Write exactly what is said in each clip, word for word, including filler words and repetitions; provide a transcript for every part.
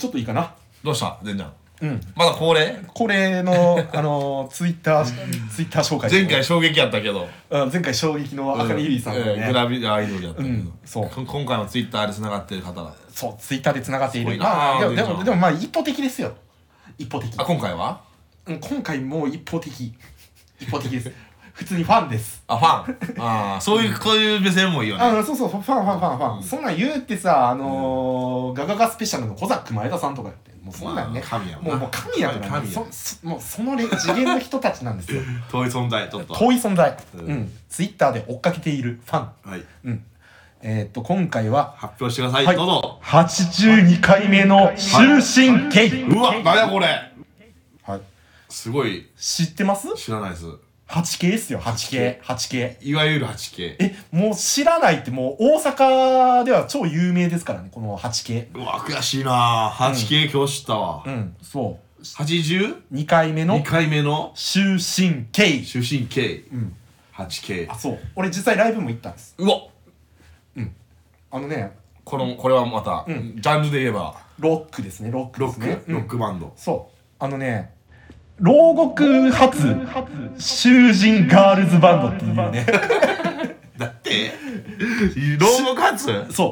ちょっといいかな。 どうした全ちゃん。 うん。 まだ恒例これのあのツイッターツイッター紹介。 前回衝撃やったけど。 うん、前回衝撃の赤木ゆりさんのね、 うんえー、グラビアアイドルやったけど、うん、 そう今回もツイッターで繋がってる方だ。 そうツイッターで繋がっている。 まあでもでもでもまあ一方的ですよ。一方的。 あ今回は？ うん、今回もう一方的一方的です。普通にファンです。 あ、ファン。ああ、そういう、こういう目線もいいよね。 あ、そうそう、ファンファンファンファンファン。そんなん言うってさ、あのー、ガガガスペシャルのコザック前田さんとかやって、もうそんなんね、 神やもんもうもう神やからね、そそもうそのレ次元の人たちなんですよ。 遠い存在、ちょっと。 遠い存在。 ううんん。ツイッターで追っかけているファン。 はい。 うん。えー、っと、今回は、 発表してください。 はい、 どうぞ。 はちじゅうにかいめの終身刑。 うわ、なんやこれ。 はい。 すごい。 知ってます？ 知らないです。 はちケー ですよ、はちケー。はちケー。 いわゆる はちケー。 え、もう知らないってもう大阪では超有名ですからね、この はちケー。 うわ、悔しいなぁ。はちケー、うん、今日知ったわ。 うん、そう。 はちじゅうにかいめのにかいめの終身刑。 終身刑。 うん。 はちケー。 あ、そう。俺実際ライブも行ったんです。 うわ。 うん。あのね、 この、これはまた、うん、ジャンルで言えば。 ロックですね、ロックですね。 ロック、ロックバンド。 そう。あのね、牢獄発囚人ガールズバンドっていうね。 だって牢獄発そう。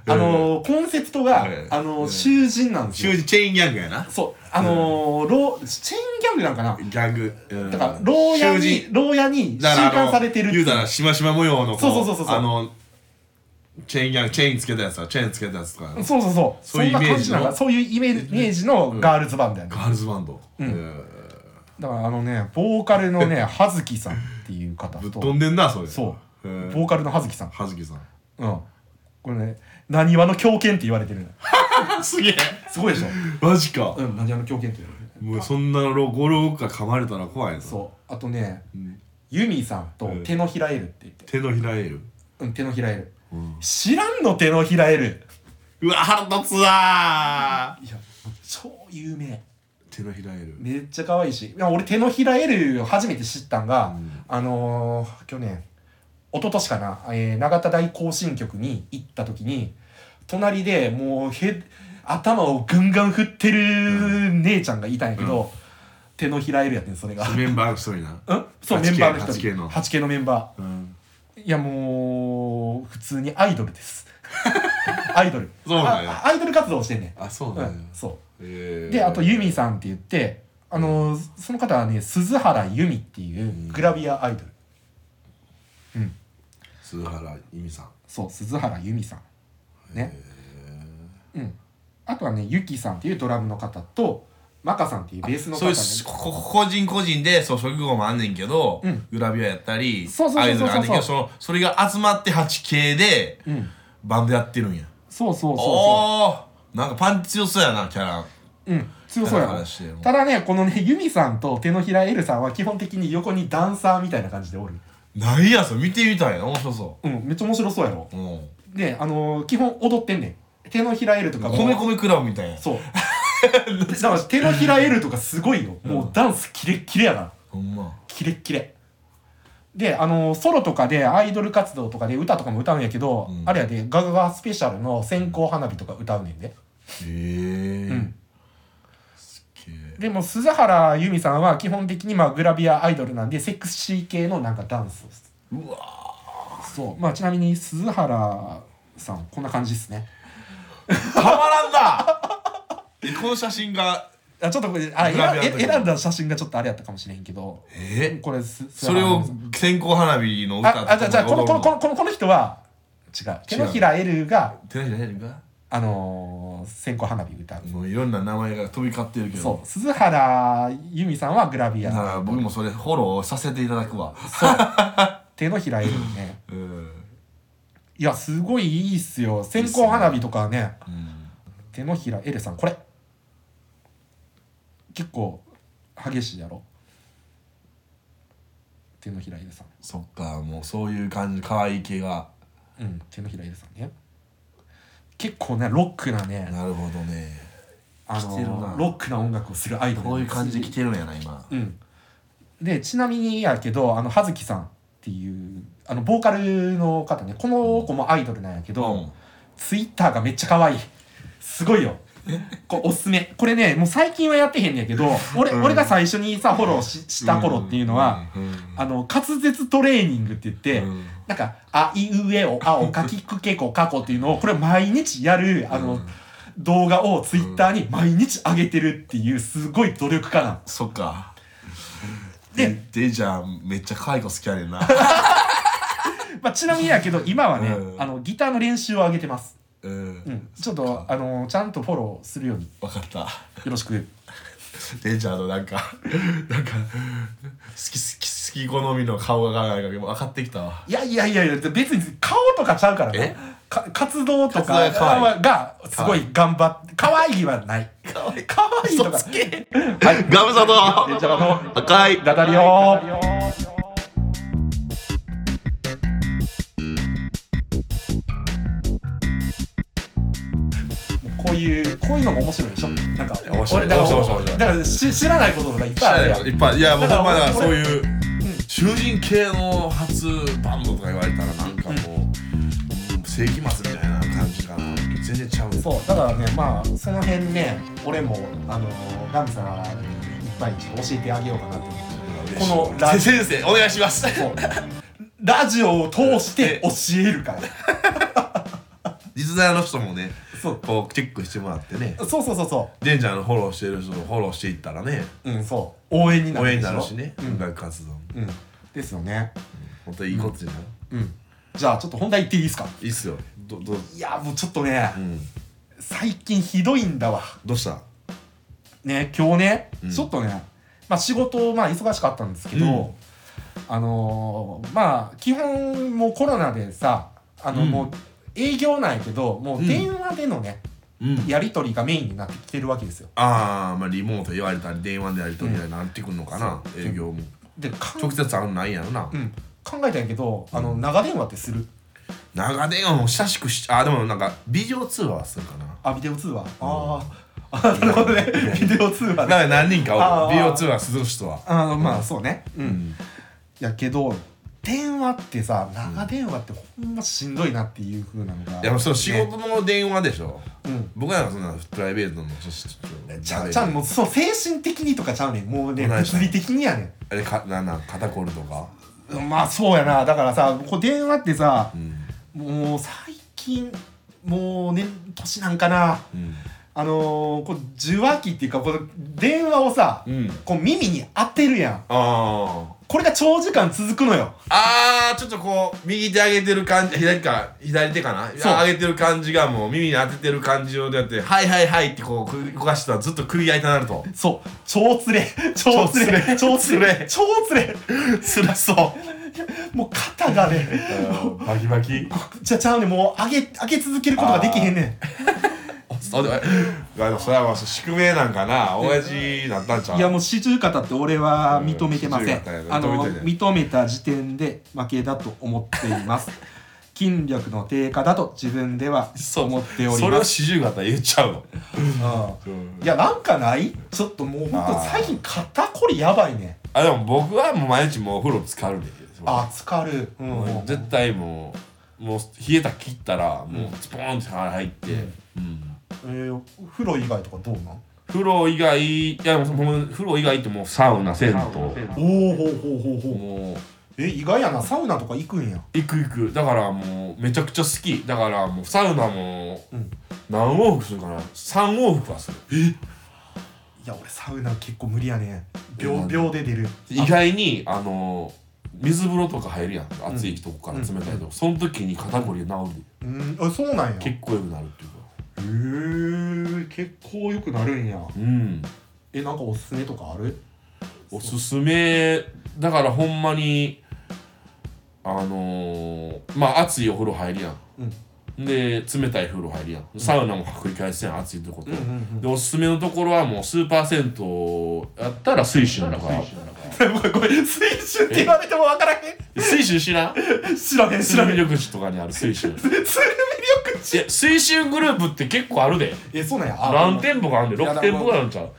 あのー、コンセプトが、あのー、囚人なんですよ。 囚人、チェーンギャングやな。 そう。あのー、牢、チェーンギャングなんかな？ ギャング。 だから、牢屋に、牢屋に収監されてるっていう。 言うたら、しましま模様の、 そうそうそうそう。 あの、チェーンギャング、チェーンつけたやつは、チェーンつけたやつとか。 そうそうそう。 そういうイメージの。 そういうイメージのガールズバンドやね。 ガールズバンド。 うん。だからあのね、ボーカルのね、葉月さんっていう方とぶっ飛んでんな、それ。 そう。ボーカルの葉月さん。 葉月さん。 うん。これね、なにわの狂犬って言われてる。 すげえ。 すごいでしょ。 マジか。 うん、なにわの狂犬って言われてる。 もうそんなゴロゴが噛まれたら怖いな。 そう。あとね、ユミさんと手のひらエルって言って。 手のひらエル？ うん、手のひらエル。知らんの手のひらエル。 うわ、腹立つわー。 いや、超有名。 手のひらエルめっちゃ可愛いし、いや俺手のひらエルを初めて知ったんが、うん、あのー、去年一昨年かな、えー、永田大行進曲に行った時に隣でもうへ頭をガンガン振ってる姉ちゃんがいたんやけど、うん、手のひらエルやってんそれがメンバーの一人な。 うんそうメンバーの一人はちケー のはちケー のメンバー、うん、いやもう普通にアイドルですアイドルそうなんや。 アイドル活動をしてんねん。 あ、そうなんや、うん、 そうで、あとユミさんって言って、あのー、その方はね、鈴原由美っていうグラビアアイドル。うん。 鈴原由美さん。そう、 鈴原由美さん。ね。うん。あとはね、ゆきさんっていうドラムの方と、マカさんっていうベースの方、ね。 そういう個人個人でそう職業もあんねんけど、うん、グラビアやったり、 そうそうそうそうそうアイドルあんねんけど、そのそれが集まって はちケー で、うん、バンドやってるんや。 そうそうそうそう。 なんかパンチ強そうやな、キャラ。 うん、強そうやな。ただね、このね、ユミさんと手のひらエルさんは基本的に横にダンサーみたいな感じでおる。 なんやそれ、見てみたいな、面白そう。 うん、めっちゃ面白そうやろ。うん、で、あのー、基本踊ってんねん。手のひらエルとかも。 米米クラブみたいな。 そう。だから手のひらエルとかすごいよ。もうダンスキレッキレやから。 ほんま。 キレッキレ。で、あのー、ソロとかでアイドル活動とかで歌とかも歌うんやけど、うん、あれやで、ガガガスペシャルの線香花火とか歌うねんで。へえ。うん。 すっげえ。でも鈴原由美さんは基本的にまあグラビアアイドルなんでセクシー系のなんかダンスをする。うわー。そう。まあちなみに鈴原さんこんな感じですね。 たまらんな。この写真が。 あちょっとこれあ選んだ写真がちょっとあれやったかもしれへんけど、 えー、 これそれを線香花火の歌とかああじゃあこのこのこのこのこの人は違う手のひらエルが手のひらエルがあのー、線香花火歌う。 もういろんな名前が飛び交ってるけど、 そう鈴原由美さんはグラビアだから僕もそれフォローさせていただくわ。 そう手のひらエルね、うん、いやすごいいいっすよ線香花火とかね、うん、手のひらエルさんこれ結構激しいやろ手のひらエルさん。 そっかもうそういう感じ可愛い系がうん手のひらエルさんね結構ねロックなねなるほどねあのー、ロックな音楽をするアイドルこういう感じで来てるんやな今。 うんでちなみにやけどあの葉月さんっていうあのボーカルの方ねこの子もアイドルなんやけど、うん、ツイッターがめっちゃ可愛いすごいよ。 こうおすすめ。これね、もう最近はやってへんねんけど、俺、 うん俺が最初にさ、フォロー し, した頃っていうのは、 うんうんあの、滑舌トレーニングって言って、 うんなんか、あいうえお、あお、かきくけこ、かこっていうのを、これ毎日やる、あの、 うん動画をツイッターに毎日上げてるっていう、すごい努力家なの。 そっか。 でで、でじゃあめっちゃ可愛い子好きやねんな。 まあ、ちなみにやけど、今はね、 うんあの、ギターの練習を上げてます。 うん。 うん。ちょっと、あの、ちゃんとフォローするように、 わかった。 よろしく。 でじゃあのなんかなんか好き好き好き好みの顔がなんか分かってきたわ。 いやいやいやいや、別に顔とかちゃうからえな。か活動と活動かが可愛いがすごい頑張って、可愛いはない。 可愛い可愛いとか。 嘘つけ。 はい。 ガムサとでじゃあの赤いダダリよ。こういうこういうのも面白いでしょ。なんか面白い俺だから面白い面白いだからし知らないこととかいっぱいあるやん。 いっぱいいやもうだからほんまだ俺そういう囚人系の初バンドとか言われたらなんかもう、うん世紀末みたいな感じかな。全然ちゃうよ。 そうだからね、まあその辺ね、俺もあのガムさんがいっぱい教えてあげようかなと思って。このラジ先生お願いします。 そうラジオを通して教えるから。 実在の人もね、 そうこうチェックしてもらってね。 そうそうそうそデンジャーのフォローしてる人をフォローしていったらね、 う。うんそう応援になる応援にでしょなるしね、 うん音楽活動。 うんですよね。 本当にいいことじゃない。 うんじゃあちょっと本題言っていいですか。 いいっすよ。どどいやもうちょっとね、 うん最近ひどいんだわどうした？ ね。今日ね、 うんちょっとね、まあ仕事まあ忙しかったんですけど、 うんあのー、まあ基本もうコロナでさ、あのうんもう営業なんやけど、もう電話でのね、 うん。 やり取りがメインになってきてるわけですよ。 ああまあリモート言われたり電話でやり取りになってくるのかな、 そう営業も。 でかん直接会うのないんやろな。 うん考えたんやけど、あの長電話ってする？ 長電話も親しくしあでもなんかビデオ通話はするかな。 あビデオ通話、あああなるほどねビデオ通話ね。 だから何人かあーおるビデオ通話する人は。 あのまあそうね、うんうんやけど電話ってさ、長電話ってほんましんどいなっていう風なのが、 いやもうその仕事の電話でしょ。 うん僕なんかそんなプライベートのちゃうちゃうもうそう精神的にとかちゃうねん、もうねどないした物理的にやねあれかなんなん肩こるとか。 ん。まあそうやな。だからさこう電話ってさう、んもう最近もうね年なんかな、 うんあのー、こう受話器っていうかこの電話をさ、 うんこう耳に当てるやん。 あーこれが長時間続くのよ。 あーちょっとこう右手上げてる感じ左か左手かなそう上げてる感じがもう耳に当ててる感じをやってはいはいはいってこう動かしてたらずっと首が痛なると。 そう超つれ超つれ超つれ超つれつらそうもう肩がねバキバキ。 じゃちゃうねん、もう上げ上げ続けることができへんねん。 そうでもそれはもう宿命なんかな親父になったんちゃう。 いやもう四十肩って俺は認めてません。 うん四十肩やねあの認めてね認めた時点で負けだと思っています。筋力の低下だと自分では思っておりそれをます。 四十肩言っちゃうの。 うんいやなんかないちょっともうほんと最近肩こりやばいね。 あでも僕はもう毎日もうお風呂浸かるで。 あ浸かる、うんもう絶対もうもう冷えた切ったらもうスポーンって入って、うんえー、風呂以外とかどうなん？ 風呂以外いやもうもう風呂以外ってもうサウナ銭湯おおほうほうほうほうほう。 もうえ意外やな、サウナとか行くんや。 行く行くだからもうめちゃくちゃ好きだからもうサウナもうん何往復するかなさん往復はする。 いや俺サウナ結構無理やね。秒秒で出る。 意外にあの水風呂とか入るやん暑いとこから冷たいとこ、その時に肩こりが治るうんあそうなんや。 で結構良くなるっていうか。 へえ結構良くなるんや。 うんえなんかおすすめとかある？ おすすめだからほんまにあのー、まあ熱いお風呂入るやん、 うんで冷たい風呂入るやんサウナも繰り返すやん熱いとこと、 うんうんうんでおすすめのところはもうスーパー銭湯やったら水春とかごめんごめん水春って言われても分からへ水春知らんん。知らへん知らへん。 鶴見緑地とかにある水春鶴見緑地。 いや水春グループって結構あるでえそうなんや。あ何店舗かあるんでろくいや店舗ぐらいあるんちゃう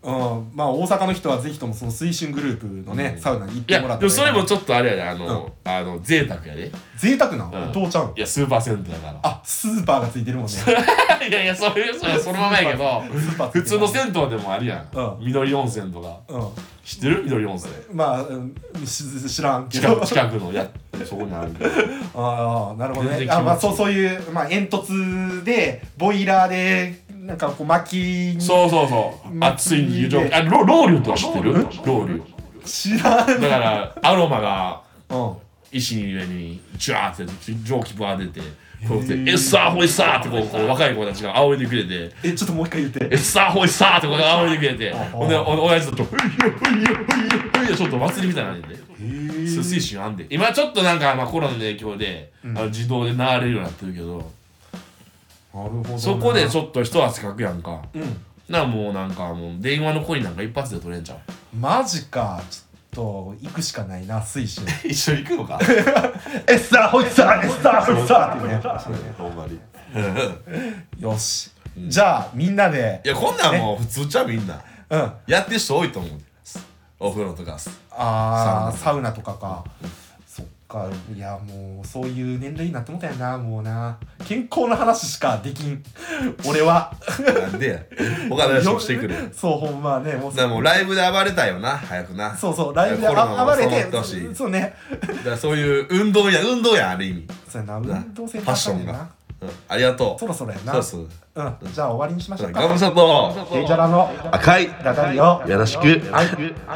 うん、まあ大阪の人はぜひともその推進グループのね、うん、サウナに行っいてもらったらやでもそれもちょっとあれやで、あの、うん、あの贅沢やで贅沢な、 うん、 どうちゃうの。 いやスーパー銭湯だからあスーパーがついてるもんねいやいやそういうそれそのままやけど普通の銭湯でもあるやん、うん、緑温泉とか、うん、知ってる緑温泉。 まあ、うん、知らんけど近く近くのやそこにあるああなるほどね。あ、まあ、そうそういう、まあ、煙突でボイラーでなんかこう薪にそうそうそう熱い湯蒸気あロロウリュとか知ってる？ロウリュ知らん。 だからアロマが石に上にジュワーって蒸気バー出てこうやってエッサーホイッサーってこうこう若い子たちが煽りでくれてえちょっともう一回言ってエッサーホイッサーってこう煽りでくれてほんでおやつとふいよふいよふいよふいよちょっと祭りみたいな感じで水深あんで今ちょっとなんかまあコロナの影響で、うん、あの自動で流れるようになってるけどなるほどそこでちょっと一汗かくやんか、うん、なもうなんかもう電話の声なんか一発で取れんちゃう。 マジかちょっと行くしかないな水深一緒に行くのかエッサーホイッサーエッサーホイッサーってねほんまによし、うん、じゃあみんなでいやこんなんもう普通ちゃうみんな、うん、やってる人多いと思うお風呂とかあーサウナとかか、うん、そっかいやもうそういう年齢になってもたやなもうな健康の話しかできん俺はなんでや他の話もしてくれそうほんまねもうだからもうライブで暴れたいよな早くなそうそうライブで暴れてそうねだからそういう運動や運動やある意味そうやな運動性ファッションがうん、ありがとうそろそろやなそうそう、 うん、じゃあ終わりにしましょうか。 ガムシャとデイジャラの赤いラジオよろしくはい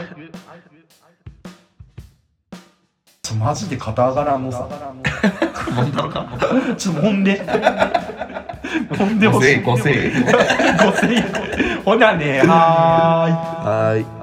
ちょマジで肩上がらんのさちょっともんでもんでほしいごせんえんごせんえんほなねはーいはーい